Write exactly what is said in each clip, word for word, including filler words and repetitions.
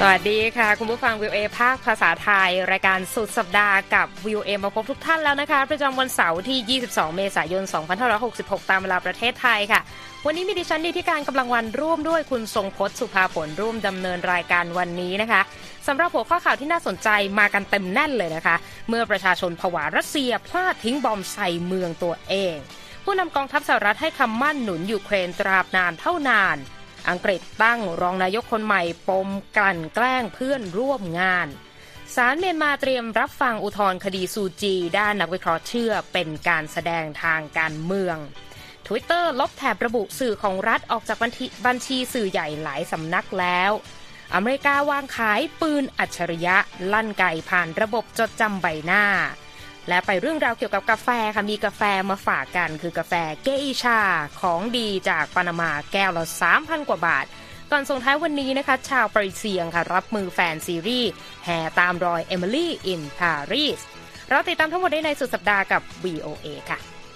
สวัสดีค่ะคุณผู้ฟัง วี โอ เอ ภาคภาษาไทยรายการสุดสัปดาห์กับ วี โอ เอ มาพบทุกท่านแล้วนะคะประจำวันเสาร์ที่ยี่สิบสองเมษายนสองพันห้าร้อยหกสิบหกตามเวลาประเทศไทยค่ะวันนี้มีดิฉันดีที่การกำลังวันร่วมด้วยคุณทรงพจน์สุภาผลร่วมดำเนินรายการวันนี้นะคะสำหรับหัวข้อข่าวที่น่าสนใจมากันเต็มแน่นเลยนะคะเมื่อประชาชนผวารัสเซียพลาดทิ้งบอมใส่เมืองตัวเองผู้นำกองทัพสหรัฐให้คำมั่นหนุนยูเครนตราบนานเท่านานอังกฤษตั้งรองนายกคนใหม่ปมกลั่นแกล้งเพื่อนร่วมงานศาลเมียนมาเตรียมรับฟังอุทธรณ์คดีซูจีด้านนักวิเคราะห์เชื่อเป็นการแสดงทางการเมือง Twitter ลบแถบระบุสื่อของรัฐออกจากบัญชีบัญชีสื่อใหญ่หลายสำนักแล้วอเมริกาวางขายปืนอัจฉริยะลั่นไกผ่านระบบจดจำใบหน้าและไปเรื่องราวเกี่ยวกับกาแฟค่ะมีกาแฟมาฝากกันคือกาแฟเกอิชาของดีจากปานามาแก้วละ สามพัน กว่าบาทก่อนส่งท้ายวันนี้นะคะชาวปารีเซียงค่ะรับมือแฟนซีรีส์แห่ตามรอย Emily in Paris เราติดตามทั้งหมดได้ในสุดสัปดาห์กับ วี โอ เอ ค่ะ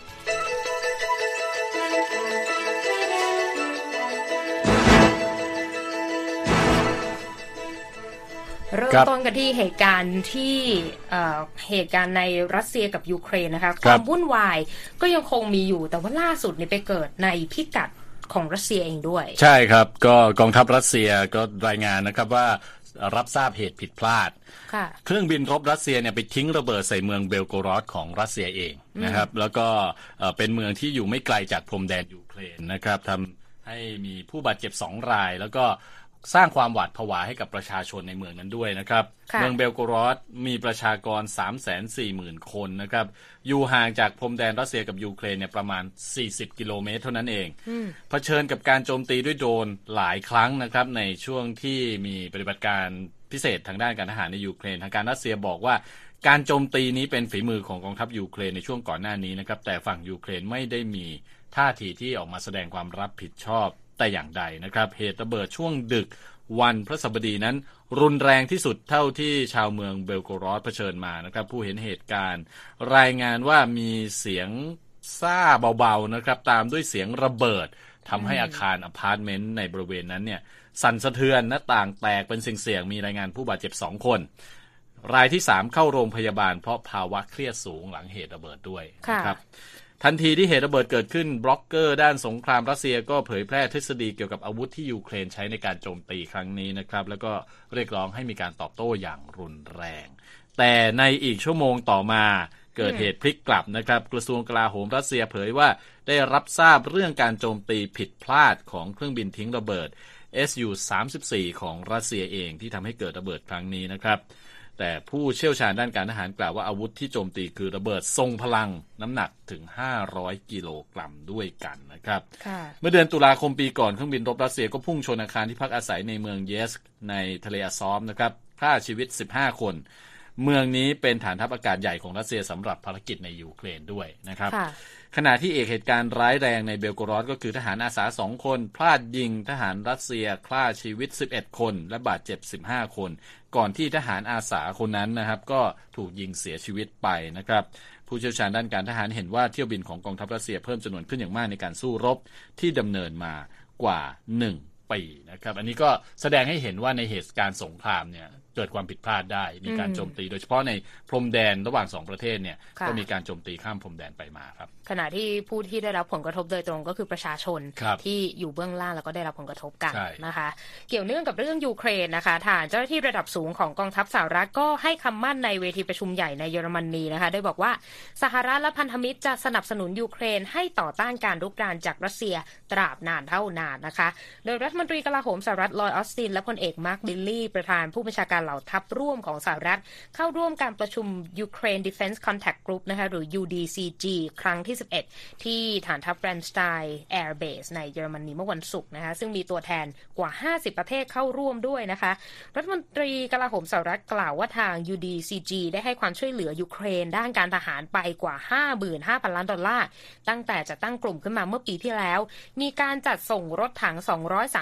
เริ่มต้นกันที่เหตุการณ์ที่เหตุการณ์ในรัสเซียกับยูเครนนะคะความวุ่นวายก็ยังคงมีอยู่แต่ว่าล่าสุดนี่ไปเกิดในพิกัดของรัสเซียเองด้วยใช่ครับก็กองทัพรัสเซียก็รายงานนะครับว่ารับทราบเหตุผิดพลาดเครื่องบินรบรัสเซียเนี่ยไปทิ้งระเบิดใส่เมืองเบลโกรอดของรัสเซียเองนะครับแล้วก็เป็นเมืองที่อยู่ไม่ไกลจากพรมแดนยูเครนนะครับทำให้มีผู้บาดเจ็บสองรายแล้วก็สร้างความหวาดผวาให้กับประชาชนในเมืองนั้นด้วยนะครับเมืองเบลโกรอดมีประชากร สามแสนสี่หมื่น คนนะครับอยู่ห่างจากพรมแดนรัสเซียกับยูเครนเนี่ยประมาณสี่สิบกิโลเมตรเท่านั้นเองเผชิญกับการโจมตีด้วยโดรนหลายครั้งนะครับในช่วงที่มีปฏิบัติการพิเศษทางด้านการทหารในยูเครนทางการรัสเซียบอกว่าการโจมตีนี้เป็นฝีมือของกองทัพยูเครนในช่วงก่อนหน้านี้นะครับแต่ฝั่งยูเครนไม่ได้มีท่าทีที่ออกมาแสดงความรับผิดชอบแต่อย่างใดนะครับเหตุระเบิดช่วงดึกวันพฤหัสบดีนั้นรุนแรงที่สุดเท่าที่ชาวเมืองเบลโกรอดเผชิญมานะครับผู้เห็นเหตุการณ์รายงานว่ามีเสียงซ่าเบาๆนะครับตามด้วยเสียงระเบิดทำให้อาคารอพาร์ตเมนต์ในบริเวณนั้นเนี่ยสั่นสะเทือนหน้าต่างแตกเป็นเสียงๆมีรายงานผู้บาดเจ็บสองคนรายที่สามเข้าโรงพยาบาลเพราะภาวะเครียดสูงหลังเหตุระเบิดด้วยนะครับทันทีที่เหตุระเบิดเกิดขึ้นบล็อกเกอร์ด้านสงครามรัสเซียก็เผยแพร่ทฤษฎีเกี่ยวกับอาวุธที่ยูเครนใช้ในการโจมตีครั้งนี้นะครับแล้วก็เรียกร้องให้มีการตอบโต้อย่างรุนแรงแต่ในอีกชั่วโมงต่อมาเกิดเหตุพลิกกลับนะครับกระทรวงกลาโหมรัสเซียเผยว่าได้รับทราบเรื่องการโจมตีผิดพลาดของเครื่องบินทิ้งระเบิด เอส ยู สามสิบสี่ ของรัสเซียเองที่ทำให้เกิดระเบิดครั้งนี้นะครับแต่ผู้เชี่ยวชาญด้านการทหารกล่าวว่าอาวุธที่โจมตีคือระเบิดทรงพลังน้ำหนักถึงห้าร้อยกิโลกรัมด้วยกันนะครับเมื่อเดือนตุลาคมปีก่อนเครื่องบินรบรัสเซียก็พุ่งชนอาคารที่พักอาศัยในเมืองเยสในทะเลอาซอฟนะครับฆ่าชีวิตสิบห้าคนเมืองนี้เป็นฐานทัพอากาศใหญ่ของรัสเซียสำหรับภารกิจในยูเครนด้วยนะครับขณะที่เอกเหตุการณ์ร้ายแรงในเบลโกรอดก็คือทหารอาสาสองคนพลาดยิงทหารรัสเซียฆ่าชีวิตสิบเอ็ดคนและบาดเจ็บสิบห้าคนก่อนที่ทหารอาสาคนนั้นนะครับก็ถูกยิงเสียชีวิตไปนะครับผู้เชี่ยวชาญด้านการทหารเห็นว่าเที่ยวบินของกองทัพรัสเซียเพิ่มจำนวนขึ้นอย่างมากในการสู้รบที่ดำเนินมากว่าหนึ่งปีนะครับอันนี้ก็แสดงให้เห็นว่าในเหตุการณ์สงครามเนี่ยเกิดความผิดพลาดได้มีการโจมตีโดยเฉพาะในพรมแดนระหว่างสองประเทศเนี่ยก็มีการโจมตีข้ามพรมแดนไปมาครับขณะที่ผู้ที่ได้รับผลกระทบโดยตรงก็คือประชาชนที่อยู่เบื้องล่างแล้วก็ได้รับผลกระทบกันนะคะเกี่ยวเนื่องกับเรื่องยูเครนนะคะทางเจ้าหน้าที่ระดับสูงของกองทัพสหรัฐก็ให้คำมั่นในเวทีประชุมใหญ่ในเยอรมนีนะคะได้บอกว่าสหรัฐและพันธมิตรจะสนับสนุนยูเครนให้ต่อต้านการรุกรานจากรัสเซียตราบนานเท่านานนะคะโดยรัฐมนตรีกลาโหมสหรัฐลอยด์ออสตินและพลเอกมาร์คบิลลี่ประธานผู้บัญชาการเหล่าทัพร่วมของสหรัฐเข้าร่วมการประชุม Ukraine Defense Contact Group นะคะหรือ ยู ดี ซี จี ครั้งที่สิบเอ็ดที่ฐานทัพแรมสไตน์แอร์เบสในเยอรมนีเมื่อวันศุกร์นะคะซึ่งมีตัวแทนกว่าห้าสิบประเทศเข้าร่วมด้วยนะคะรัฐมนตรีกลาโหมสหรัฐกล่าวว่าทาง ยู ดี ซี จี ได้ให้ความช่วยเหลือยูเครนด้านการทหารไปกว่า ห้าหมื่นห้าพัน ล้านดอลลาร์ตั้งแต่จะตั้งกลุ่มขึ้นมาเมื่อปีที่แล้วมีการจัดส่งรถถังสองร้อยสาม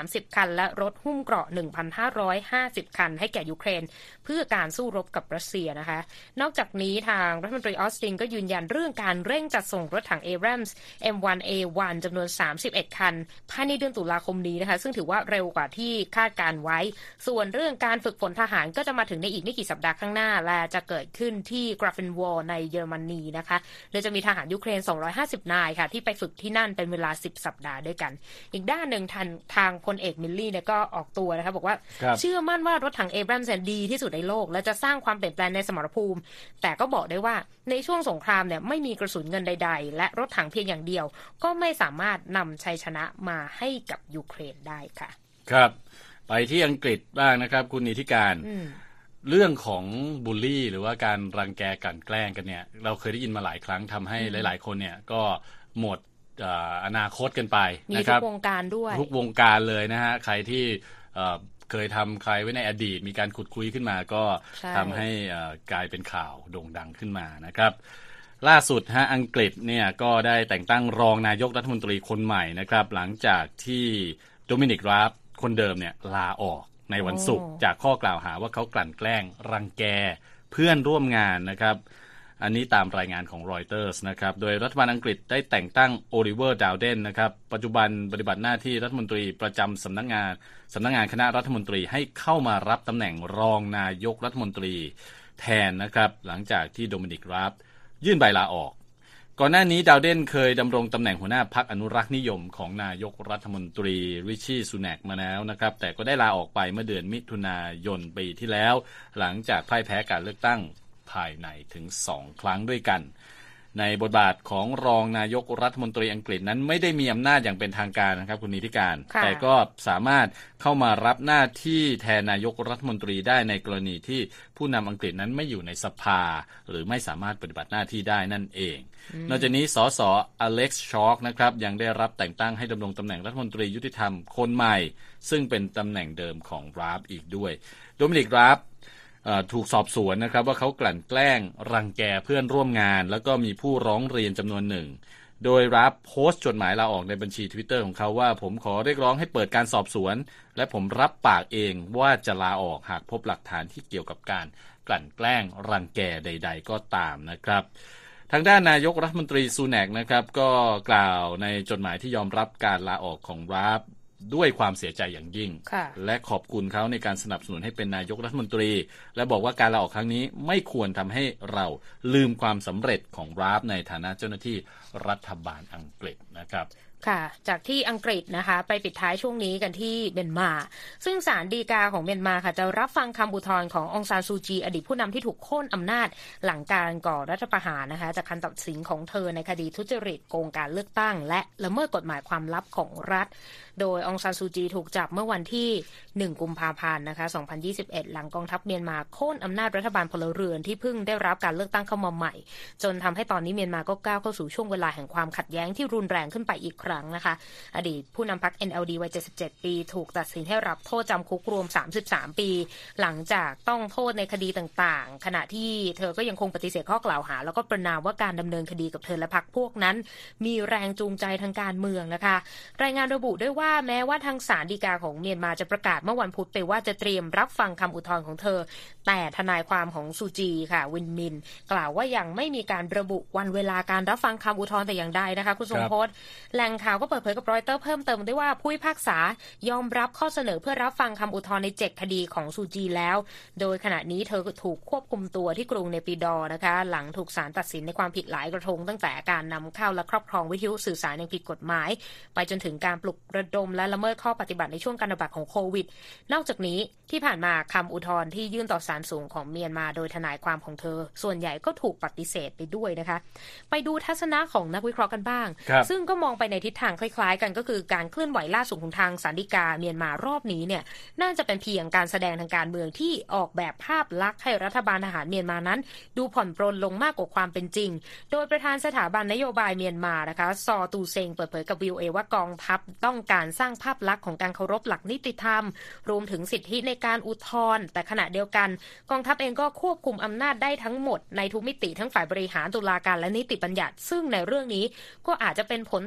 ามสิบคันและรถหุ้มเกราะ หนึ่งพันห้าร้อยห้าสิบ คันให้แก่ยูเครนเพื่อการสู้รบกับรัสเซียนะคะนอกจากนี้ทางรัฐมนตรีออสตินก็ยืนยันเรื่องการเร่งจัดส่งรถถัง Abrams เอ็ม วัน เอ วัน จำนวนสามสิบเอ็ดคันภายในเดือนตุลาคมนี้นะคะซึ่งถือว่าเร็วกว่าที่คาดการไว้ส่วนเรื่องการฝึกฝนทหารก็จะมาถึงในอีกไม่กี่สัปดาห์ข้างหน้าและจะเกิดขึ้นที่กราฟเฟนวอลในเยอรมนีนะคะโดยจะมีทหารยูเครนสองร้อยห้าสิบนายค่ะที่ไปฝึกที่นั่นเป็นเวลาสิบสัปดาห์ด้วยกันอีกด้านหนึ่งทางทางพลเอกมิลลี่เนี่ยก็ออกตัวนะคะบอกว่าเชื่อมั่นว่ารถถัง Abrams ดีที่สุดในโลกและจะสร้างความเปลี่ยนแปลงในสมรภูมิแต่ก็บอกได้ว่าในช่วงสงครามเนี่ยไม่มีกระสุนเงินใดๆและรถถังเพียงอย่างเดียวก็ไม่สามารถนำชัยชนะมาให้กับยูเครนได้ค่ะครับไปที่อังกฤษบ้างนะครับคุณนิติการเรื่องของบูลลี่หรือว่าการรังแกกลั่นแกล้งกันเนี่ยเราเคยได้ยินมาหลายครั้งทำให้หลายๆคนเนี่ยก็หมดอนาคตกันไปนะครับทุกวงการด้วยทุกวงการเลยนะฮะใครที่เคยทำใครไว้ในอดีตมีการขุดคุยขึ้นมาก็ทำให้กลายเป็นข่าวโด่งดังขึ้นมานะครับล่าสุดฮะอังกฤษเนี่ยก็ได้แต่งตั้งรองนายกรัฐมนตรีคนใหม่นะครับหลังจากที่โดมินิก ราฟคนเดิมเนี่ยลาออกในวันศุกร์จากข้อกล่าวหาว่าเขากลั่นแกล้งรังแกเพื่อนร่วมงานนะครับอันนี้ตามรายงานของรอยเตอร์สนะครับโดยรัฐบาลอังกฤษได้แต่งตั้งโอลิเวอร์ดาวเดนนะครับปัจจุบันปฏิบัติหน้าที่รัฐมนตรีประจำสำนักงานสำนักงานคณะรัฐมนตรีให้เข้ามารับตำแหน่งรองนายกรัฐมนตรีแทนนะครับหลังจากที่โดมินิก ราฟยื่นใบลาออกก่อนหน้านี้ดาวเดนเคยดำรงตำแหน่งหัวหน้าพรรคอนุรักษ์นิยมของนายกรัฐมนตรีริชี่ ซูแนกมาแล้วนะครับแต่ก็ได้ลาออกไปเมื่อเดือนมิถุนายนปีที่แล้วหลังจากพ่ายแพ้การเลือกตั้งภายในถึงสองครั้งด้วยกันในบทบาทของรองนายกรัฐมนตรีอังกฤษนั้นไม่ได้มีอำนาจอย่างเป็นทางการนะครับคุณนิติการแต่ก็สามารถเข้ามารับหน้าที่แทนนายกรัฐมนตรีได้ในกรณีที่ผู้นำอังกฤษนั้นไม่อยู่ในสภาหรือไม่สามารถปฏิบัติหน้าที่ได้นั่นเองนอกจากนี้สสอเล็กซ์ชอร์กนะครับยังได้รับแต่งตั้งให้ดำรงตำแหน่งรัฐมนตรียุติธรรมคนใหม่ซึ่งเป็นตำแหน่งเดิมของราฟอีกด้วยโดมินิก ราฟถูกสอบสวนนะครับว่าเขากลั่นแกล้งรังแกเพื่อนร่วมงานแล้วก็มีผู้ร้องเรียนจำนวนหนึ่งโดยราฟโพสต์จดหมายลาออกในบัญชี Twitter ของเขาว่าผมขอเรียกร้องให้เปิดการสอบสวนและผมรับปากเองว่าจะลาออกหากพบหลักฐานที่เกี่ยวกับการกลั่นแกล้งรังแกใดๆก็ตามนะครับทางด้านนายกรัฐมนตรีซูแนกนะครับก็กล่าวในจดหมายที่ยอมรับการลาออกของราฟด้วยความเสียใจอย่างยิ่งและขอบคุณเขาในการสนับสนุนให้เป็นนายกรัฐมนตรีและบอกว่าการลาออกครั้งนี้ไม่ควรทำให้เราลืมความสำเร็จของราฟในฐานะเจ้าหน้าที่รัฐบาลอังกฤษนะครับค่ะจากที่อังกฤษนะคะไปปิดท้ายช่วงนี้กันที่เมียนมาซึ่งศาลฎีกาของเมียนมาค่ะจะรับฟังคำอุทธรณ์ขององซานซูจีอดีตผู้นำที่ถูกโค่นอำนาจหลังการก่อรัฐประหารนะคะจากคำตัดสินของเธอในคดีทุจริตโกงการเลือกตั้งและละเมิดกฎหมายความลับของรัฐโดยองซานซูจีถูกจับเมื่อวันที่หนึ่งกุมภาพันธ์นะคะสองพันยี่สิบเอ็ดหลังกองทัพเมียนมาโค่นอำนาจรัฐบาลพลเรือนที่เพิ่งได้รับการเลือกตั้งเข้ามาใหม่จนทำให้ตอนนี้เมียนมาก็ก้าวเข้าสู่ช่วงเวลาแห่งความขัดแย้งที่รุนแรงขึ้นไปอีกครั้งนะคะอดีตผู้นำพรรค เอ็น แอล ดี วัยเจ็ดสิบเจ็ดปีถูกตัดสินให้รับโทษจำคุกรวมสามสิบสามปีหลังจากต้องโทษในคดีต่างๆขณะที่เธอก็ยังคงปฏิเสธข้อกล่าวหาแล้วก็ประณามว่าการดำเนินคดีกับเธอและพรรคพวกนั้นมีแรงจูงใจทางการเมืองนะคะรายงานระบุด้วยว่าแม้ว่าทางศาลฎีกาของเมียนมาจะประกาศเมื่อวันพุธไปว่าจะเตรียมรับฟังคำอุทธรณ์ของเธอแต่ทนายความของซูจีค่ะวินมินกล่าวว่ายังไม่มีการระบุวันเวลาการรับฟังคำอุทธรณ์แต่อย่างใดนะคะคุณสมพศแหล่งข่าวก็เปิดเผยกับรอยเตอร์เพิ่มเติมได้ว่าผู้พิพากษายอมรับข้อเสนอเพื่อรับฟังคำอุทธรณ์ในเจ็ดคดีของซูจีแล้วโดยขณะนี้เธอถูกควบคุมตัวที่กรุงเนปิดอร์นะคะหลังถูกศาลตัดสินในความผิดหลายกระทงตั้งแต่การนำเข้าและครอบครองวิทยุสื่อสารอย่างผิดกฎหมายไปจนถึงการปลุกระดมและละเมิดข้อปฏิบัติในช่วงการระบาดของโควิดนอกจากนี้ที่ผ่านมาคำอุทธรณ์ที่ยื่นต่อศาลสูงของเมียนมาโดยทนายความของเธอส่วนใหญ่ก็ถูกปฏิเสธไปด้วยนะคะไปดูทัศนะของนักวิเคราะห์กันบ้างซึ่งก็มองไปในทิศทางคล้ายๆกันก็คือการเคลื่อนไหวล่าสุดของทางศาลฎีกาเมียนมารอบนี้เนี่ยน่าจะเป็นเพียงการแสดงทางการเมืองที่ออกแบบภาพลักษณ์ให้รัฐบาลทหารเมียนมานั้นดูผ่อนปรนลงมากกว่าความเป็นจริงโดยประธานสถาบันนโยบายเมียนมานะคะซอตูเซงเปิดเผยกับ วี โอ เอ ว่ากองทัพต้องการสร้างภาพลักษณ์ของการเคารพหลักนิติธรรมรวมถึงสิทธิในการอุทธรณ์แต่ขณะเดียวกันกองทัพเองก็ควบคุมอำนาจได้ทั้งหมดในทุกมิติทั้งฝ่ายบริหารตุลาการและนิติบัญญัติซึ่งในเรื่องนี้ก็อาจจะเป็นผลตอบสน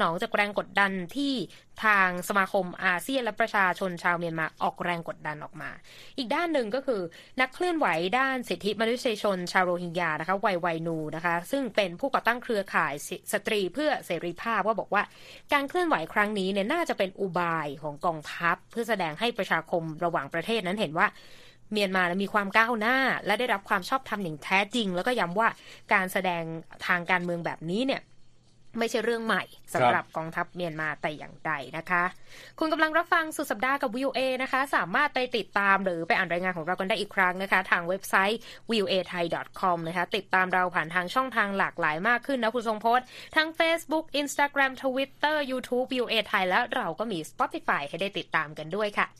องจากแรงกดดันที่ทางสมาคมอาเซียนและประชาชนชาวเมียนมาออกแรงกดดันออกมาอีกด้านหนึ่งก็คือนักเคลื่อนไหวด้านสิทธิมนุษยชนชาวโรฮิงญานะคะไวไวนูนะคะซึ่งเป็นผู้ก่อตั้งเครือข่ายสตรีเพื่อเสรีภาพว่าบอกว่าการเคลื่อนไหวครั้งนี้เนี่ยน่าจะเป็นอุบายของกองทัพเพื่อแสดงให้ประชาคมระหว่างประเทศนั้นเห็นว่าเมียนมามีความก้าวหน้าและได้รับความชอบธรรมอย่างแท้จริงแล้วก็ย้ำว่าการแสดงทางการเมืองแบบนี้เนี่ยไม่ใช่เรื่องใหม่สำหรับกองทัพเมียนมาแต่อย่างใดนะคะคุณกำลังรับฟังสุดสัปดาห์กับ วี โอ เอ นะคะสามารถไปติดตามหรือไปอ่านรายงานของเรากันได้อีกครั้งนะคะทางเว็บไซต์ วี โอ เอ ไทย ดอท คอม นะคะติดตามเราผ่านทางช่องทางหลากหลายมากขึ้นนะคุณทรงพจน์ทั้ง Facebook Instagram Twitter YouTube วี โอ เอ ไทยและเราก็มี Spotify ให้ได้ติดตามกันด้วยค่ะ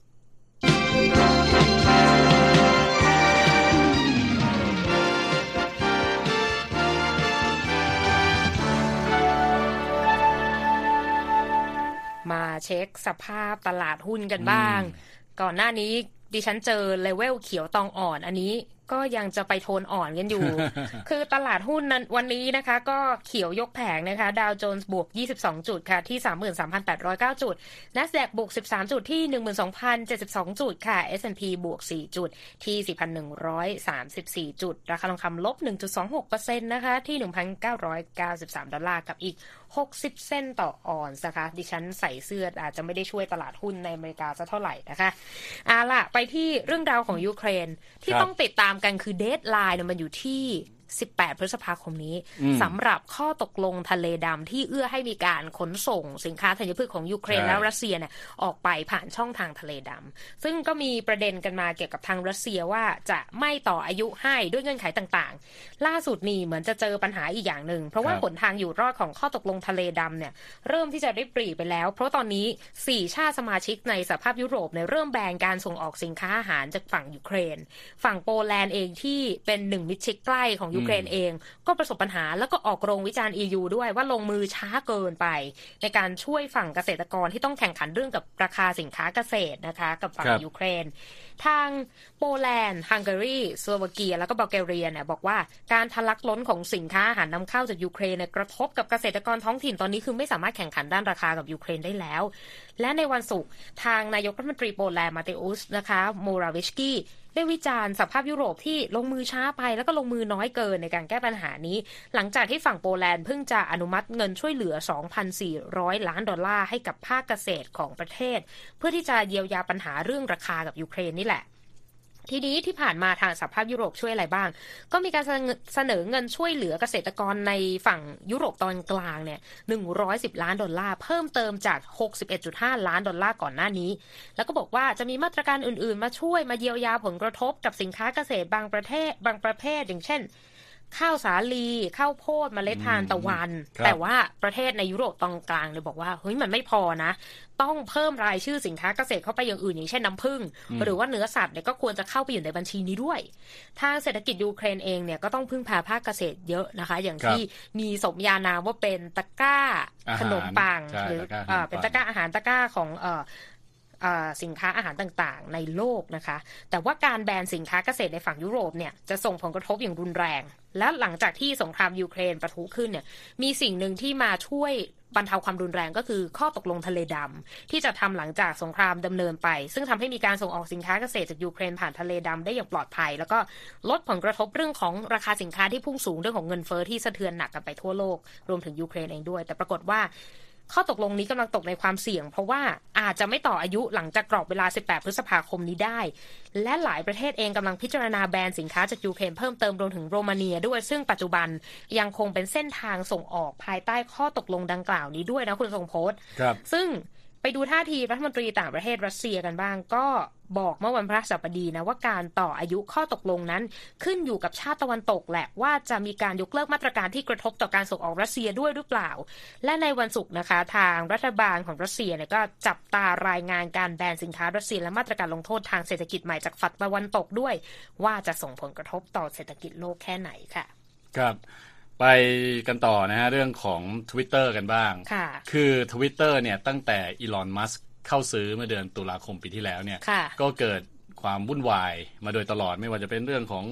มาเช็คสภาพตลาดหุ้นกันบ้างก่อนหน้านี้ดิฉันเจอเลเวลเขียวตองอ่อนอันนี้ก็ยังจะไปโทนอ่อนกันอยู่ คือตลาดหุ้นนั้นวันนี้นะคะก็เขียวยกแผงนะคะดาวโจนส์บวกยี่สิบสองจุดค่ะที่ สามหมื่นสามพันแปดร้อยเก้า จุด NASDAQ บวกสิบสามจุดที่ หนึ่งหมื่นสองพันเจ็ดสิบสอง จุดค่ะ เอส แอนด์ พี บวกสี่จุดที่ สี่พันหนึ่งร้อยสามสิบสี่ จุดราคาทองคำลบ หนึ่งจุดสองหกเปอร์เซ็นต์ นะคะที่ หนึ่งพันเก้าร้อยเก้าสิบสาม ดอลลาร์กับอีกหกสิบเซนต์ต่อออนซ์นะคะดิฉันใส่เสื้ออาจจะไม่ได้ช่วยตลาดหุ้นในอเมริกาสักเท่าไหร่นะคะเอาล่ะไปที่เรื่องราวของยูเครนที่ต้องติดตามกันคือเดดไลน์มันอยู่ที่สิบแปดพฤษภาคมนี้สำหรับข้อตกลงทะเลดำที่เอื้อให้มีการขนส่งสินค้าธัญพืชของยูเครนและรัสเซียเนี่ยออกไปผ่านช่องทางทะเลดำซึ่งก็มีประเด็นกันมาเกี่ยวกับทางรัสเซียว่าจะไม่ต่ออายุให้ด้วยเงื่อนไขต่างๆล่าสุดนี่เหมือนจะเจอปัญหาอีกอย่างหนึ่งเพราะว่าหนทางอยู่รอดของข้อตกลงทะเลดำเนี่ยเริ่มที่จะได้ปรีไปแล้วเพราะตอนนี้สี่ชาติสมาชิกในสหภาพยุโรปเนี่ยเริ่มแบนการส่งออกสินค้าอาหารจากฝั่งยูเครนฝั่งโปแลนด์เองที่เป็นหนึ่งมิตรชิดใกล้ของยูเครนเองก็ประสบปัญหาแล้วก็ออกโรงวิจารณ์ อี ยู ด้วยว่าลงมือช้าเกินไปในการช่วยฝั่งเกษตรกรที่ต้องแข่งขันเรื่องกับราคาสินค้าเกษตรนะคะกับฝั่งยูเครนทางโปแลนด์ฮังการีสโลวาเกียแล้วก็บัลแกเรียเนี่ยบอกว่าการทะลักล้นของสินค้าอาหารนำเข้าจากยูเครนเนี่ยกระทบกับเกษตรกรท้องถิ่นตอนนี้คือไม่สามารถแข่งขันด้านราคากับยูเครนได้แล้วและในวันศุกร์ทางนายกรัฐมนตรีโปแลนด์มาเตอุสนะคะโมราวิชกี้ได้วิจารณ์สหภาพยุโรปที่ลงมือช้าไปแล้วก็ลงมือน้อยเกินในการแก้ปัญหานี้หลังจากที่ฝั่งโปแลนด์เพิ่งจะอนุมัติเงินช่วยเหลือ สองพันสี่ร้อย ล้านดอลลาร์ให้กับภาคเกษตรของประเทศเพื่อที่จะเยียวยาปัญหาเรื่องราคากับยูเครนนี่แหละทีนี้ที่ผ่านมาทางสหภาพยุโรปช่วยอะไรบ้างก็มีการเสนอเงินช่วยเหลือเกษตรกรในฝั่งยุโรปตอนกลางเนี่ยหนึ่งร้อยสิบล้านดอลลาร์เพิ่มเติมจาก หกสิบเอ็ดจุดห้า ล้านดอลลาร์ก่อนหน้านี้แล้วก็บอกว่าจะมีมาตรการอื่นๆมาช่วยมาเยียวยาผลกระทบกับสินค้าเกษตรบางประเทศบางประเภทอย่างเช่นข้าวสาลีข้าวโพดเมล็ดทานตะวันแต่ว่าประเทศในยุโรปตอนกลางเลยบอกว่าเฮ้ยมันไม่พอนะต้องเพิ่มรายชื่อสินค้าเกษตรเข้าไปอย่างอื่นอย่างเช่นน้ำผึ้งหรือว่าเนื้อสัตว์เนี่ยก็ควรจะเข้าไปอยู่ในบัญชีนี้ด้วยทางเศรษฐกิจยูเครนเองเนี่ยก็ต้องพึ่งพาภาคเกษตรเยอะนะคะอย่างที่มีสมญานามว่าเป็นตะกร้าขนมปังหรือเป็นตะกร้าอาหารตะกร้าของเอ่อสินค้าอาหารต่างๆในโลกนะคะแต่ว่าการแบนสินค้าเกษตรในฝั่งยุโรปเนี่ยจะส่งผลกระทบอย่างรุนแรงและหลังจากที่สงครามยูเครนปะทุขึ้นเนี่ยมีสิ่งหนึ่งที่มาช่วยบรรเทาความรุนแรงก็คือข้อตกลงทะเลดำที่จะทำหลังจากสงครามดำเนินไปซึ่งทำให้มีการส่งออกสินค้าเกษตรจากยูเครนผ่านทะเลดำได้อย่างปลอดภัยแล้วก็ลดผลกระทบเรื่องของราคาสินค้าที่พุ่งสูงเรื่องของเงินเฟ้อที่สะเทือนหนักกันไปทั่วโลกรวมถึงยูเครนเองด้วยแต่ปรากฏว่าข้อตกลงนี้กำลังตกในความเสี่ยงเพราะว่าอาจจะไม่ต่ออายุหลังจากกรอบเวลาสิบแปดพฤษภาคมนี้ได้และหลายประเทศเองกำลังพิจารณาแบนสินค้าจากยูเครนเพิ่มเติมรวมถึงโรมาเนียด้วยซึ่งปัจจุบันยังคงเป็นเส้นทางส่งออกภายใต้ข้อตกลงดังกล่าวนี้ด้วยนะคุณทรงพจน์ซึ่งไปดูท่าทีรัฐมนตรีต่างประเทศรัสเซียกันบ้างก็บอกเมื่อวันพฤหัสบดีนะว่าการต่ออายุข้อตกลงนั้นขึ้นอยู่กับชาติตะวันตกแหละว่าจะมีการยกเลิกมาตรการที่กระทบต่อการส่งออกรัสเซียด้วยหรือเปล่าและในวันศุกร์นะคะทางรัฐบาลของรัสเซียเนี่ยก็จับตารายงานการแบนสินค้ารัสเซียและมาตรการลงโทษทางเศรษฐกิจใหม่จากฝั่งตะวันตกด้วยว่าจะส่งผลกระทบต่อเศรษฐกิจโลกแค่ไหนค่ะครับไปกันต่อนะฮะเรื่องของ Twitter กันบ้างคือ Twitter เนี่ยตั้งแต่อีลอนมัสก์เข้าซื้อเมื่อเดือนตุลาคมปีที่แล้วเนี่ยก็เกิดความวุ่นวายมาโดยตลอดไม่ว่าจะเป็นเรื่องของ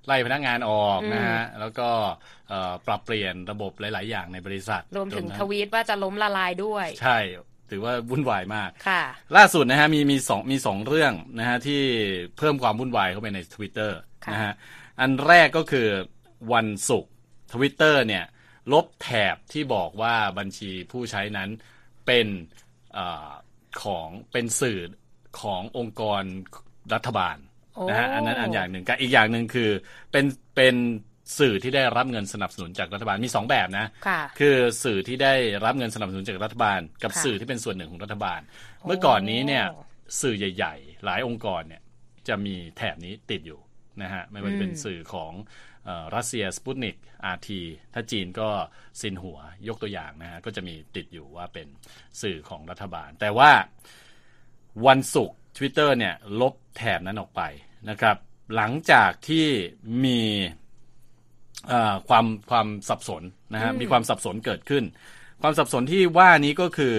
ไล่พนักงานออกนะฮะแล้วก็ปรับเปลี่ยนระบบหลายๆอย่างในบริษัทรวมถึงทวีตว่าจะล้มละลายด้วยใช่ถือว่าวุ่นวายมากค่ะล่าสุดนะฮะมีมีสองมีสองเรื่องนะฮะที่เพิ่มความวุ่นวายเข้าไปใน Twitter นะฮะอันแรกก็คือวันศุกร์ Twitter เนี่ยลบแถบที่บอกว่าบัญชีผู้ใช้นั้นเป็นเอ่อของเป็นสื่อขององค์กรรัฐบาลนะฮะอันนั้นอันอย่างหนึ่งกับอีกอย่างหนึ่งคือเป็นเป็นสื่อที่ได้รับเงินสนับสนุนจากรัฐบาลมีสองแบบนะคือสื่อที่ได้รับเงินสนับสนุนจากรัฐบาลกับสื่อที่เป็นส่วนหนึ่งของรัฐบาลเมื่อก่อนนี้เนี่ยสื่อใหญ่ๆหลายองค์กรเนี่ยจะมีแถบนี้ติดอยู่นะฮะไม่ว่าจะเป็นสื่อของรัสเซียสปุตนิก อาร์ ที ถ้าจีนก็ซินหัวยกตัวอย่างนะฮะก็จะมีติดอยู่ว่าเป็นสื่อของรัฐบาลแต่ว่าวันศุกร์ Twitter เนี่ยลบแถบนั้นออกไปนะครับหลังจากที่มีความความสับสนนะฮะมีความสับสนเกิดขึ้นความสับสนที่ว่านี้ก็คือ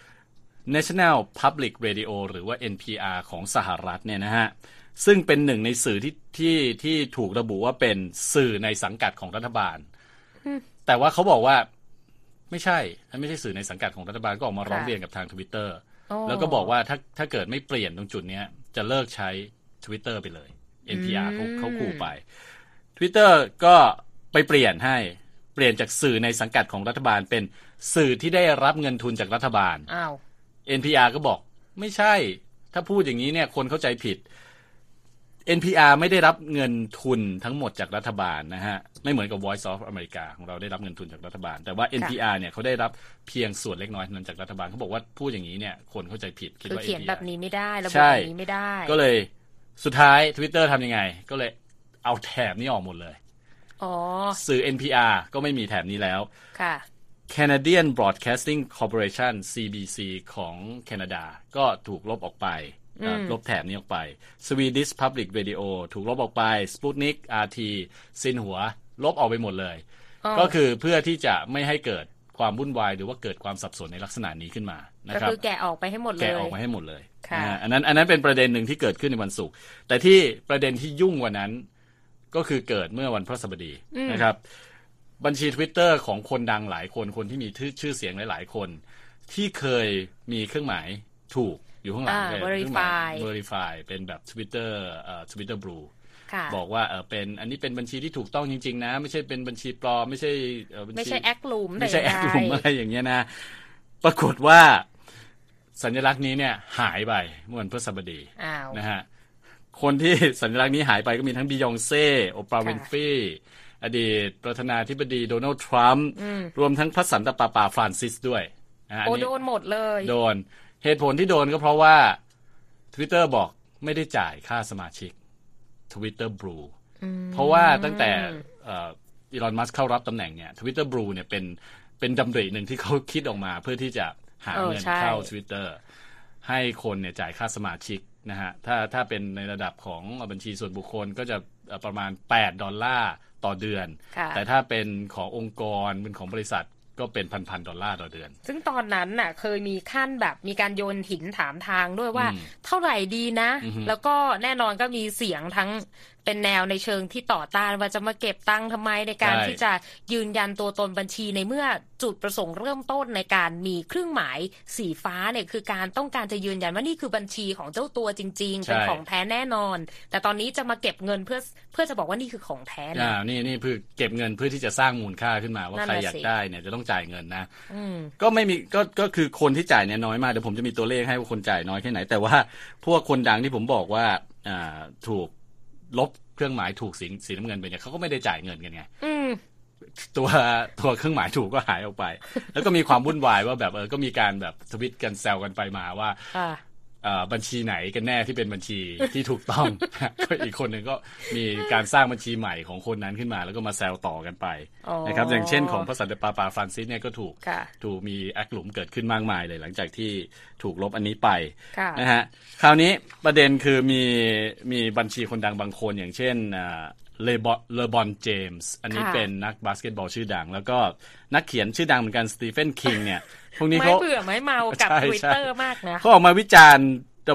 National Public Radio หรือว่า เอ็น พี อาร์ ของสหรัฐเนี่ยนะฮะซึ่งเป็นหนึ่งในสื่อที่ที่ที่ถูกระบุว่าเป็นสื่อในสังกัดของรัฐบาลแต่ว่าเขาบอกว่าไม่ใช่ไม่ใช่สื่อในสังกัดของรัฐบาลก็ออกมาร้องเรียนกับทาง Twitter แล้วก็บอกว่าถ้าถ้าเกิดไม่เปลี่ยนตรงจุดนี้จะเลิกใช้ Twitter ไปเลย เอ็น พี อาร์ เขาเขาขู่ไป Twitter ก็ไปเปลี่ยนให้เปลี่ยนจากสื่อในสังกัดของรัฐบาลเป็นสื่อที่ได้รับเงินทุนจากรัฐบาลอ้าว เอ็น พี อาร์ ก็บอกไม่ใช่ถ้าพูดอย่างนี้เนี่ยคนเข้าใจผิด เอ็น พี อาร์ ไม่ได้รับเงินทุนทั้งหมดจากรัฐบาลนะฮะไม่เหมือนกับ Voice of America ของเราได้รับเงินทุนจากรัฐบาลแต่ว่า เอ็น พี อาร์ เนี่ยเขาได้รับเพียงส่วนเล็กน้อยเท่านั้นจากรัฐบาลเขาบอกว่าพูดอย่างนี้เนี่ยคนเข้าใจผิดคิดว่าเขียนแบบนี้ไม่ได้ระบุแบบนี้ไม่ได้ก็เลยสุดท้าย Twitter ทำยังไงก็เลยเอาแถบนี้ออกหมดเลยอ๋อสื่อ เอ็น พี อาร์ ก็ไม่มีแถบนี้แล้วค่ะ Canadian Broadcasting Corporation ซี บี ซี ของแคนาดาก็ถูกลบออกไปลบแถบนี้ออกไป Swedish Public Radio ถูกลบออกไป Sputnik อาร์ ที ซินหัวลบออกไปหมดเลยก็คือเพื่อที่จะไม่ให้เกิดความวุ่นวายหรือว่าเกิดความสับสนในลักษณะนี้ขึ้นมานะครับก็คือแกะออกไปให้หมดเลยแกะออกมาให้หมดเลยอันนั้นอันนั้นเป็นประเด็นหนึ่งที่เกิดขึ้นในวันศุกร์แต่ที่ประเด็นที่ยุ่งกว่านั้นก็คือเกิดเมื่อวันพฤหัสบดีนะครับบัญชี Twitter ของคนดังหลายคนคนที่มีชื่อเสียงหลายๆคนที่เคยมีเครื่องหมายถูกอยู่ข้างหลังเป็นเครื่องหมาย verify เป็นแบบ Twitter เอ่อ Twitter Blue บอกว่าเออเป็นอันนี้เป็นบัญชีที่ถูกต้องจริงๆนะไม่ใช่เป็นบัญชีปลอมไม่ใช่เอ่อไม่ใช่แอคลุมไม่ใช่แอคลุมอะไรอย่างเงี้ยนะปรากฏว่าสัญลักษณ์นี้เนี่ยหายไปเมื่อวันพฤหัสบดีนะฮะคนที่สัญลักษณ์นี้หายไปก็มีทั้งบียองเซ่โอปราห์วินฟรีอดีตประธานาธิบดีโดนัลด์ทรัมป์รวมทั้งพระสันตะปาปาฟรานซิสด้วยนะโอ้โดนหมดเลยโดนเหตุผลที่โดนก็เพราะว่า Twitter บอกไม่ได้จ่ายค่าสมาชิก Twitter Blue เพราะว่าตั้งแต่อีลอนมัสก์เข้ารับตำแหน่งเนี่ย Twitter Blue เนี่ยเป็นเป็นดำริหนึ่งที่เขาคิดออกมาเพื่อที่จะหาเงินเข้า Twitter ให้คนเนี่ยจ่ายค่าสมาชิกนะฮะถ้าถ้าเป็นในระดับของบัญชีส่วนบุคคลก็จะประมาณแปดดอลลาร์ต่อเดือนแต่ถ้าเป็นขององค์กรเป็นของบริษัทก็เป็นพันๆดอลลาร์ต่อเดือนซึ่งตอนนั้นน่ะเคยมีขั้นแบบมีการโยนหินถามทางด้วยว่าเท่าไหร่ดีนะแล้วก็แน่นอนก็มีเสียงทั้งเป็นแนวในเชิงที่ต่อต้านว่าจะมาเก็บตังค์ทำไมในการที่จะยืนยันตัวตนบัญชีในเมื่อจุดประสงค์เริ่มต้นในการมีเครื่องหมายสีฟ้าเนี่ยคือการต้องการจะยืนยันว่านี่คือบัญชีของเจ้าตัวจริงๆเป็นของแท้แน่นอนแต่ตอนนี้จะมาเก็บเงินเพื่อเพื่อจะบอกว่านี่คือของแท้นะอ่านี่นี่เพื่อเก็บเงินเพื่อที่จะสร้างมูลค่าขึ้นมาว่าใครอยากได้เนี่ยจะต้องจ่ายเงินนะก็ไม่มีก็ก็คือคนที่จ่ายเนี่ยน้อยมากเดี๋ยวผมจะมีตัวเลขให้ว่าคนจ่ายน้อยแค่ไหนแต่ว่าพวกคนดังที่ผมบอกว่าอ่าถูกลบเครื่องหมายถูกสีสีน้ำเงินไปเนี่ยเขาก็ไม่ได้จ่ายเงินกันไงตัวตัวเครื่องหมายถูกก็หายออกไปแล้วก็มีความวุ่นวายว่าแบบเออก็มีการแบบทวิตกันแซวกันไปมาว่าบัญชีไหนกันแน่ที่เป็นบัญชีที่ถูกต้องก็อีกคนหนึ่งก็มีการสร้างบัญชีใหม่ของคนนั้นขึ้นมาแล้วก็มาแซวต่อกันไปนะครับอย่างเช่นของพระสันตะปาปาฟรานซิสเนี่ยก็ถูกถูกมีแอคหลุมเกิดขึ้นมากมายเลยหลังจากที่ถูกลบอันนี้ไปนะฮะคราวนี้ประเด็นคือมีมีบัญชีคนดังบางคนอย่างเช่นเลบอนเลบอนเจมส์อันนี้เป็นนักบาสเกตบอลชื่อดังแล้วก็นักเขียนชื่อดังเหมือนกันสตีเฟนคิงเนี่ยพวกนี้เขาไม่เบื่อไม่เมากับ Twitter มากนะเขาออกมาวิจารณ์ระบบ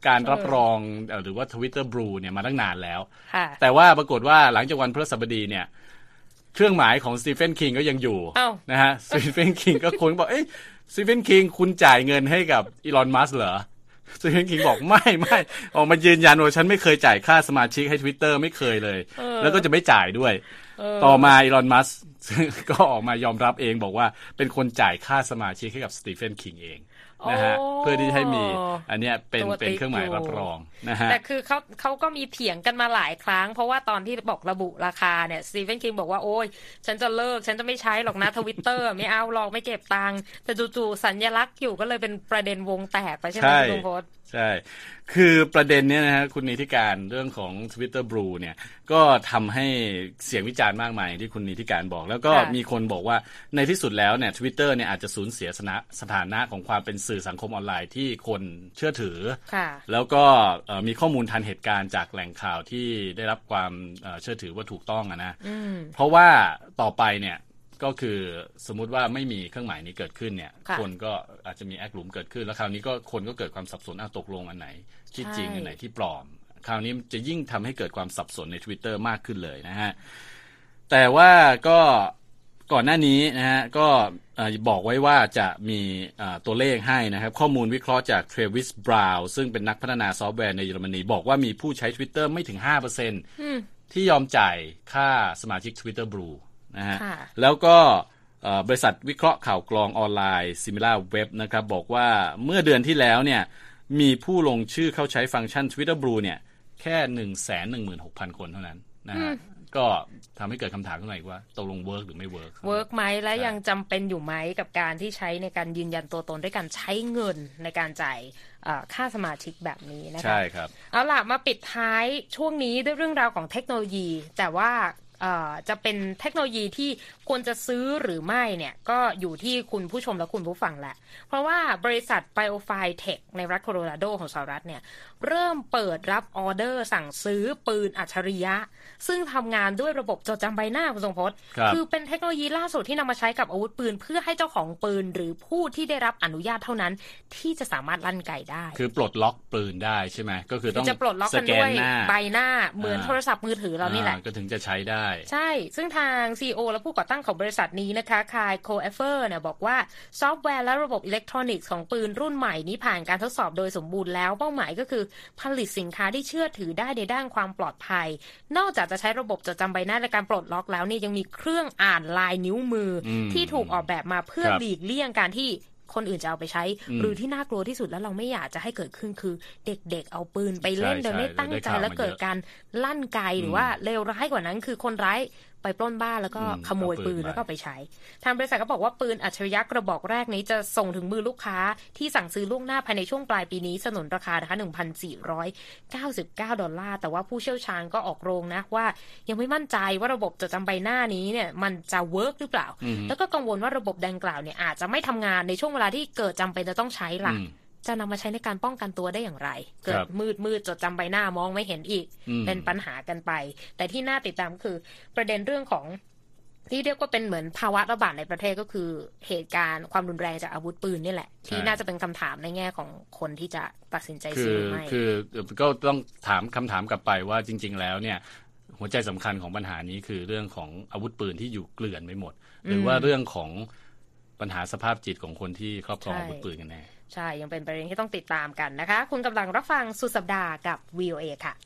การรับรองหรือว่า Twitter Blue เนี่ยมาตั้งนานแล้วแต่ว่าปรากฏว่าหลังจากวันพฤหัสบดีเนี่ยเครื่องหมายของสตีเฟนคิงก็ยังอยู่นะฮะสตีเฟนคิงก็คนบอกเอ้ยสตีเฟนคิงคุณจ่ายเงินให้กับอีลอนมัสก์เหรอสตีเฟนคิงบอกไม่ไม่ออกมายืนยันว่าฉันไม่เคยจ่ายค่าสมาชิกให้ Twitter ไม่เคยเลยแล้วก็จะไม่จ่ายด้วยต่อมาอีลอนมัสก์ก็ออกมายอมรับเองบอกว่าเป็นคนจ่ายค่าสมาชิกให้กับสตีเฟนคิงเองนะฮะเพื่อที่ให้มีอันเนี้ยเป็นเป็นเครื่องหมายรับรองนะฮะแต่คือเขาเขาก็มีเถียงกันมาหลายครั้งเพราะว่าตอนที่บอกระบุราคาเนี่ยสตีเฟนคิงบอกว่าโอ้ยฉันจะเลิกฉันจะไม่ใช้หรอกนะ Twitter ไม่เอาหรอกไม่เก็บตังค์แต่จู่ๆสัญลักษณ์อยู่ก็เลยเป็นประเด็นวงแตกไปใช่ไหมคุณพจน์ใช่คือประเด็นเนี้ยนะฮะคุณนิติการเรื่องของ Twitter Blue เนี่ยก็ทำให้เสียงวิจารณ์มากมายที่คุณนิติการบอกแล้วก็มีคนบอกว่าในที่สุดแล้วเนี่ย Twitter เนี่ยอาจจะสูญเสียสถานะของความเป็นสื่อสังคมออนไลน์ที่คนเชื่อถือแล้วก็มีข้อมูลทันเหตุการณ์จากแหล่งข่าวที่ได้รับความเชื่อถือว่าถูกต้องอะนะเพราะว่าต่อไปเนี่ยก็คือสมมุติว่าไม่มีเครื่องหมายนี้เกิดขึ้นเนี่ยคนก็อาจจะมีแอคหลุมเกิดขึ้นแล้วคราวนี้ก็คนก็เกิดความสับสนเอาตกลงอันไหนที่จริงอันไหนที่ปลอมคราวนี้จะยิ่งทำให้เกิดความสับสนใน Twitter มากขึ้นเลยนะฮะแต่ว่าก็ก่อนหน้านี้นะฮะก็บอกไว้ว่าจะมีตัวเลขให้นะครับข้อมูลวิเคราะห์จาก Travis Brown ซึ่งเป็นนักพัฒนาซอฟต์แวร์ในเยอรมนีบอกว่ามีผู้ใช้ Twitter ไม่ถึง ห้าเปอร์เซ็นต์ ที่ยอมจ่ายค่าสมาชิก Twitter Blueนะฮะแล้วก็บริษัทวิเคราะห์ข่าวกรองออนไลน์ SimilarWeb นะครับบอกว่าเมื่อเดือนที่แล้วเนี่ยมีผู้ลงชื่อเข้าใช้ฟังก์ชัน Twitter Blue เนี่ยแค่ หนึ่งแสนหนึ่งหมื่นหกพัน คนเท่านั้นนะฮะก็ทำให้เกิดคำถามขึ้นมาอีกว่าตกลงเวิร์กหรือไม่เวิร์กเวิร์กไหมและยังจำเป็นอยู่ไหมกับการที่ใช้ในการยืนยันตัวตนด้วยการใช้เงินในการจ่ายค่าสมาชิกแบบนี้นะคะใช่ครับเอาล่ะมาปิดท้ายช่วงนี้ด้วยเรื่องราวของเทคโนโลยีแต่ว่าจะเป็นเทคโนโลยีที่ควรจะซื้อหรือไม่เนี่ยก็อยู่ที่คุณผู้ชมและคุณผู้ฟังแหละเพราะว่าบริษัท BioFire-Tech ในรัฐโคโลราโดของสหรัฐเนี่ยเริ่มเปิดรับออเดอร์สั่งซื้อปืนอัจฉริยะซึ่งทำงานด้วยระบบจดจำใบหน้าคุณทรงพจน์ ค, คือเป็นเทคโนโลยีล่าสุดที่นำมาใช้กับอาวุธปืนเพื่อให้เจ้าของปืนหรือผู้ที่ได้รับอนุญาตเท่านั้นที่จะสามารถลั่นไกได้คือปลดล็อกปืนได้ใช่ไหมก็คือต้องจะปลดล็อกกันด้วยใบหน้าเหมือนโทรศัพท์มือถือเรานี่แหละก็ถึงจะใช้ได้ใช่ซึ่งทาง ซี อี โอ และผู้ก่อตั้งของบริษัทนี้นะคะคายโคเอฟเฟอร์เนี่ยบอกว่าซอฟต์แวร์และระบบอิเล็กทรอนิกส์ของปืนรุ่นใหม่นี้ผ่านการทดสอบโดยสมบูรณ์แล้วเป้าหมายก็คือผลิตสินค้าที่เชื่อถือได้ในด้านความปลอดภัยนอกจากจะใช้ระบบจดจำใบหน้าในการปลดล็อกแล้วนี่ยังมีเครื่องอ่านลายนิ้วมือที่ถูกออกแบบมาเพื่อหลีกเลี่ยงการที่คนอื่นจะเอาไปใช้หรือที่น่ากลัวที่สุดแล้วเราไม่อยากจะให้เกิดขึ้นคือเด็กๆเอาปืนไปเล่นโดยไม่ตั้งใจแล้วเกิดการลั่นไกหรือว่าเลวร้ายกว่านั้นคือคนร้ายไปปล้นบ้านแล้วก็ขโมยปืนแล้วก็ไปใช้ทางบริษัทก็บอกว่าปืนอัจฉริยะกระบอกแรกนี้จะส่งถึงมือลูกค้าที่สั่งซื้อล่วงหน้าภายในช่วงปลายปีนี้สนุนราคานะคะ หนึ่งพันสี่ร้อยเก้าสิบเก้า ดอลลาร์แต่ว่าผู้เชี่ยวชาญก็ออกโรงนะว่ายังไม่มั่นใจว่าระบบจดจำใบหน้านี้เนี่ยมันจะเวิร์กหรือเปล่าแล้วก็กังวลว่าระบบดังกล่าวเนี่ยอาจจะไม่ทำงานในช่วงเวลาที่เกิดจำเป็นจะต้องใช้ล่ะจะนำมาใช้ในการป้องกันตัวได้อย่างไรเกิดมืดมืดจดจำใบหน้ามองไม่เห็นอีกเป็นปัญหากันไปแต่ที่น่าติดตามคือประเด็นเรื่องของที่เรียกว่าเป็นเหมือนภาวะระบาดในประเทศก็คือเหตุการณ์ความรุนแรงจากอาวุธปืนนี่แหละที่น่าจะเป็นคำถามในแง่ของคนที่จะตัดสินใจซื้อไม่คือก็ต้องถามคำถามกลับไปว่าจริงๆแล้วเนี่ยหัวใจสำคัญของปัญหานี้คือเรื่องของอาวุธปืนที่อยู่เกลื่อนไปหมดหรือว่าเรื่องของปัญหาสภาพจิตของคนที่ครอบครองอาวุธปืนกันแน่ใช่ยังเป็นประเด็นที่ต้องติดตามกันนะคะคุณกำลังรับฟังสุดสัปดาห์กับ วี โอ เอ ค่ะ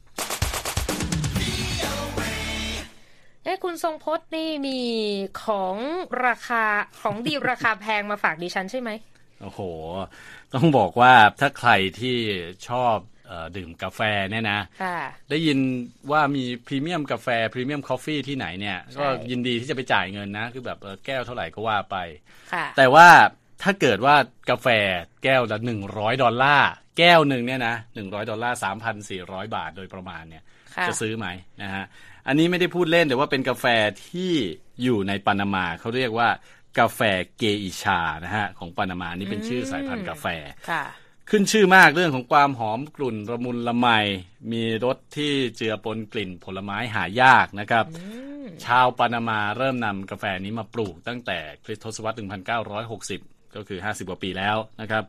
เอ้คุณทรงพจน์นี่มีของราคาของดีราคาแพงมาฝากดิฉันใช่ไหมโอ้โหต้องบอกว่าถ้าใครที่ชอบเอ่อดื่มกาแฟเนี่ยนะได้ยินว่ามีพรีเมียมกาแฟพรีเมียมคอฟฟี่ที่ไหนเนี่ยก็ยินดีที่จะไปจ่ายเงินนะคือแบบเออแก้วเท่าไหร่ก็ว่าไปแต่ว่าถ้าเกิดว่ากาแฟแก้วละหนึ่งร้อยดอลลาร์แก้วนึงเนี่ยนะหนึ่งร้อยดอลลาร์ สามพันสี่ร้อย บาทโดยประมาณเนี่ยจะซื้อไหมนะฮะอันนี้ไม่ได้พูดเล่นแต่ว่าเป็นกาแฟที่อยู่ในปานามาเขาเรียกว่ากาแฟเกอิชานะฮะของปานามานี่เป็นชื่อสายพันธุ์กาแฟขึ้นชื่อมากเรื่องของความหอมกลุ่นละมุนละไมมีรสที่เจือปนกลิ่นผลไม้หายากนะครับชาวปานามาเริ่มนำกาแฟนี้มาปลูกตั้งแต่คริสตศตวรรษหนึ่งพันเก้าร้อยหกสิบก็คือห้าสิบกว่าปีแล้วนะครับ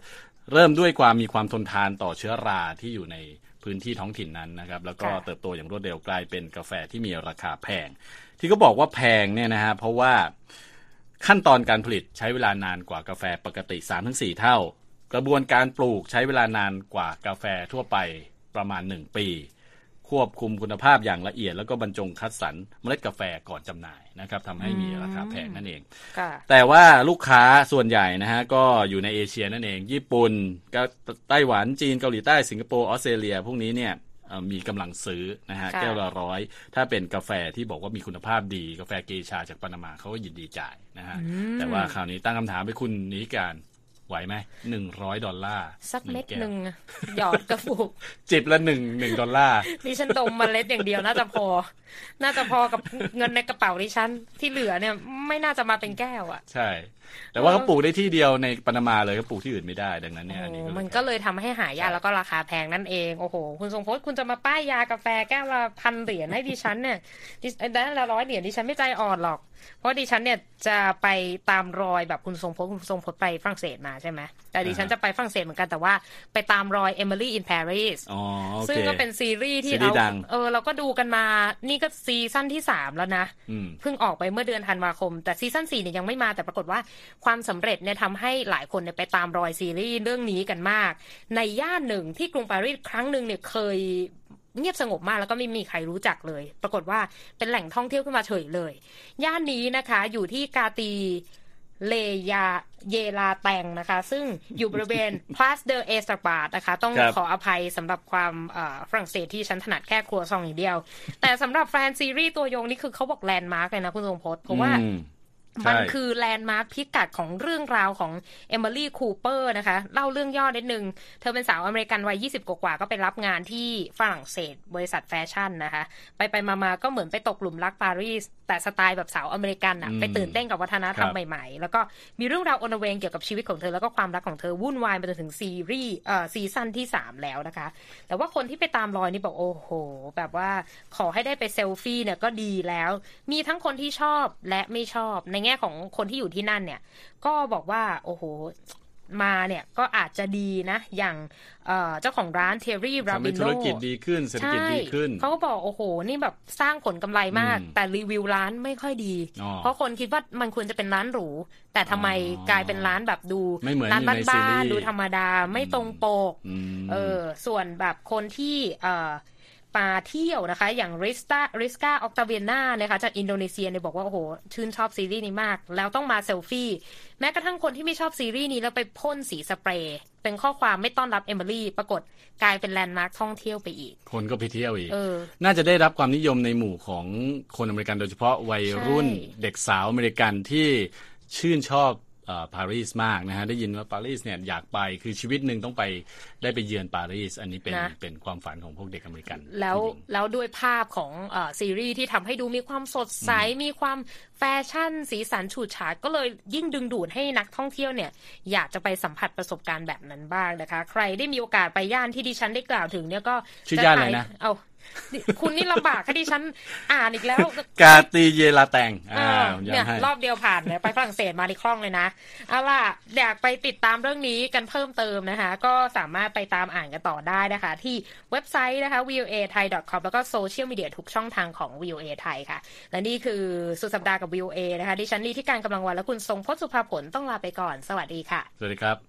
เริ่มด้วยความมีความทนทานต่อเชื้อราที่อยู่ในพื้นที่ท้องถิ่นนั้นนะครับแล้วก็เติบโตอย่างรวดเร็วกลายเป็นกาแฟที่มีราคาแพงที่เขาบอกว่าแพงเนี่ยนะฮะเพราะว่าขั้นตอนการผลิตใช้เวลานานกว่ากาแฟปกติ สามถึงสี่ เท่ากระบวนการปลูกใช้เวลานานกว่ากาแฟทั่วไปประมาณหนึ่งปีควบคุมคุณภาพอย่างละเอียดแล้วก็บรรจงคัดสรรเมล็ดกาแฟก่อนจำหน่ายนะครับทำให้มีราคาแพงนั่นเองแต่ว่าลูกค้าส่วนใหญ่นะฮะก็อยู่ในเอเชียนั่นเองญี่ปุ่นไต้หวันจีนเกาหลีใต้สิงคโปร์ออสเตรเลียพวกนี้เนี่ยมีกำลังซื้อนะฮะแก้วละร้อยถ้าเป็นกาแฟที่บอกว่ามีคุณภาพดีกาแฟเกชาจากปานามาเขาก็ยินดีจ่ายนะฮะแต่ว่าคราวนี้ตั้งคำถามไปคุณนิการไหวไหมหนึ่งร้อยดอลลาร์สักเม็ดหนึ่งหยอดกระปุกจิบละหนึ่งหนึ่งดอลลาร์ดิฉันดมเมล็ดอย่างเดียวน่าจะพอน่าจะพอกับเงินในกระเป๋าดิฉันที่เหลือเนี่ยไม่น่าจะมาเป็นแก้วอ่ะใช่แต่ว่าเขาปลูกได้ที่เดียวในปานามาเลยเขาปลูกที่อื่นไม่ได้ดังนั้นเนี่ยอันนี้มันก็เลยทำให้หายากแล้วก็ราคาแพงนั่นเองโอ้โหคุณทรงพจน์คุณจะมาป้ายยากาแฟแก้วละพันเหรียญให้ดิฉันเนี่ยได้ละร้อยเหรียญดิฉันไม่ใจอ่อนหรอกเพราะดิฉันเนี่ยจะไปตามรอยแบบคุณทรงพจน์คุณทรงพจน์ไปฝรั่งเศสมาใช่ไหมแต่ดิฉันจะไปฝรั่งเศสเหมือนกันแต่ว่าไปตามรอย Emily in Paris ซึ่งก็เป็นซีรีส์ที่เราเออเราก็ดูกันมานี่ก็ซีซั่นที่สามแล้วนะเพิ่งออกไปเมื่อเดือนธันวาคมแต่ซีซั่นสี่เนี่ยยังไม่มาแต่ปรากฏว่าความสำเร็จเนี่ยทำให้หลายคนเนี่ยไปตามรอยซีรีส์เรื่องนี้กันมากในย่านหนึ่งที่กรุงปารีสครั้งหนึ่งเนี่ยเคยเงียบสงบมากแล้วก็ไม่มีใครรู้จักเลยปรากฏว่าเป็นแหล่งท่องเที่ยวขึ้นมาเฉยเลยย่านนี้นะคะอยู่ที่กาตีเลยาเยลาแตงนะคะซึ่งอยู่บริเวณ Place de l'Estarbat นะคะต้องขออภัยสำหรับความฝรั่งเศสที่ฉันถนัดแค่ครัวซองอย่างเดียวแต่สำหรับแฟนซีรีส์ตัวยงนี่คือเขาบอกแลนด์มาร์กเลยนะคุณทรงพจน์เพราะว่ามันคือแลนด์มาร์คพิกัดของเรื่องราวของเอมิลี่คูเปอร์นะคะเล่าเรื่องย่อนิดนึงเธอเป็นสาวอเมริกันวัยยี่สิบกว่าๆก็ไปรับงานที่ฝรั่งเศสบริษัทแฟชั่นนะคะไปไปมาๆก็เหมือนไปตกหลุมรักปารีสแต่สไตล์แบบสาวอเมริกันอ่ะไปตื่นเต้นกับวัฒนธรรมใหม่ๆแล้วก็มีเรื่องราวอนเวงเกี่ยวกับชีวิตของเธอแล้วก็ความรักของเธอวุ่นวายไปจนถึงซีรีส์เอ่อซีซั่นที่สามแล้วนะคะแต่ว่าคนที่ไปตามรอยนี่บอกโอ้โหแบบว่าขอให้ได้ไปเซลฟี่เนี่ยก็ดีแล้วมีทั้งคนที่ชอบและไม่ชอบในแง่ของคนที่อยู่ที่นั่นเนี่ยก็บอกว่าโอ้โหมาเนี่ยก็อาจจะดีนะอย่างเอ่อเจ้าของร้านเทอรี่ราบิโนธุรกิจดีขึ้นเศรษฐกิจดีขึ้นเขาก็บอกโอ้โหนี่แบบสร้างผลกำไรมากแต่รีวิวร้านไม่ค่อยดีเพราะคนคิดว่ามันควรจะเป็นร้านหรูแต่ทำไมกลายเป็นร้านแบบดูร้านบ้านๆดูธรรมดาไม่ตรงปกเออส่วนแบบคนที่เอ่อมาเที่ยวนะคะอย่างริสตาริสกาออกตาเวียนานะคะจากอินโดนีเซียเนี่ยบอกว่าโอ้โหชื่นชอบซีรีส์นี้มากแล้วต้องมาเซลฟี่แม้กระทั่งคนที่ไม่ชอบซีรีส์นี้แล้วไปพ่นสีสเปรย์เป็นข้อความไม่ต้อนรับเอมิลี่ปรากฏกลายเป็นแลนด์มาร์คท่องเที่ยวไปอีกคนก็ไปเที่ยวอีกน่าจะได้รับความนิยมในหมู่ของคนอเมริกันโดยเฉพาะวัยรุ่นเด็กสาวอเมริกันที่ชื่นชอบปารีสมากนะฮะได้ยินว่าปารีสเนี่ยอยากไปคือชีวิตหนึ่งต้องไปได้ไปเยือนปารีสอันนี้เป็นเป็นความฝันของพวกเด็กอเมริกันแล้วแล้วด้วยภาพของเอ่อซีรีส์ที่ทำให้ดูมีความสดใสมีความแฟชั่นสีสันฉูดฉาดก็เลยยิ่งดึงดูดให้นักท่องเที่ยวเนี่ยอยากจะไปสัมผัสประสบการณ์แบบนั้นบ้างนะคะใครได้มีโอกาสไปย่านที่ดิฉันได้กล่าวถึงเนี่ยก็ชื่อย่านอะไรนะเอาคุณนี่ลำบากค่ะดิฉันอ่านอีกแล้วกาตีเยลาแตงอ่าเนี่ยรอบเดียวผ่านเลยไปฝรั่งเศสมาที่คล่องเลยนะเอาล่ะอยากไปติดตามเรื่องนี้กันเพิ่มเติมนะคะก็สามารถไปตามอ่านกันต่อได้นะคะที่เว็บไซต์นะคะ วี โอ เอ ไทย ดอท คอม แล้วก็โซเชียลมีเดียทุกช่องทางของ วี โอ เอ ไทยค่ะและนี่คือสุดสัปดาห์กับ วี โอ เอ นะคะดิฉันลีที่การกำลังวันและคุณทรงพจน์สุภาผลต้องลาไปก่อนสวัสดีค่ะสวัสดีครับ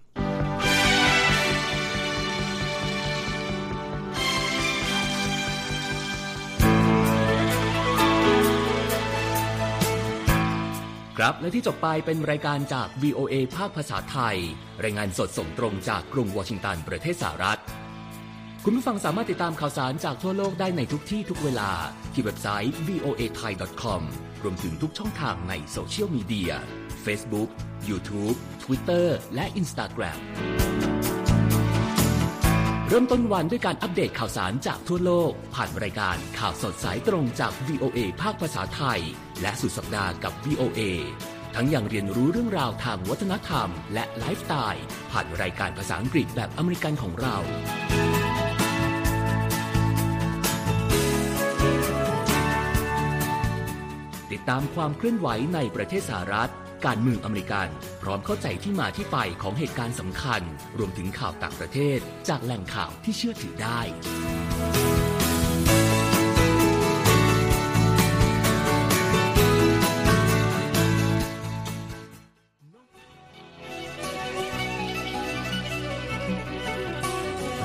ครับและที่จบไปเป็นรายการจาก วี โอ เอ ภาคภาษาไทยรายงานสดส่งตรงจากกรุงวอชิงตันประเทศสหรัฐคุณผู้ฟังสามารถติดตามข่าวสารจากทั่วโลกได้ในทุกที่ทุกเวลาที่เว็บไซต์ วี โอ เอ ไทย ดอท คอม รวมถึงทุกช่องทางในโซเชียลมีเดีย Facebook YouTube Twitter และ Instagram เริ่มต้นวันด้วยการอัปเดตข่าวสารจากทั่วโลกผ่านรายการข่าวสดสายตรงจาก วี โอ เอ ภาคภาษาไทยและสุดสัปดาห์กับ วี โอ เอ ทั้งยังเรียนรู้เรื่องราวทางวัฒนธรรมและไลฟ์สไตล์ผ่านรายการภาษาอังกฤษแบบอเมริกันของเราติดตามความเคลื่อนไหวในประเทศสหรัฐการเมืองอเมริกันพร้อมเข้าใจที่มาที่ไปของเหตุการณ์สำคัญรวมถึงข่าวต่างประเทศจากแหล่งข่าวที่เชื่อถือได้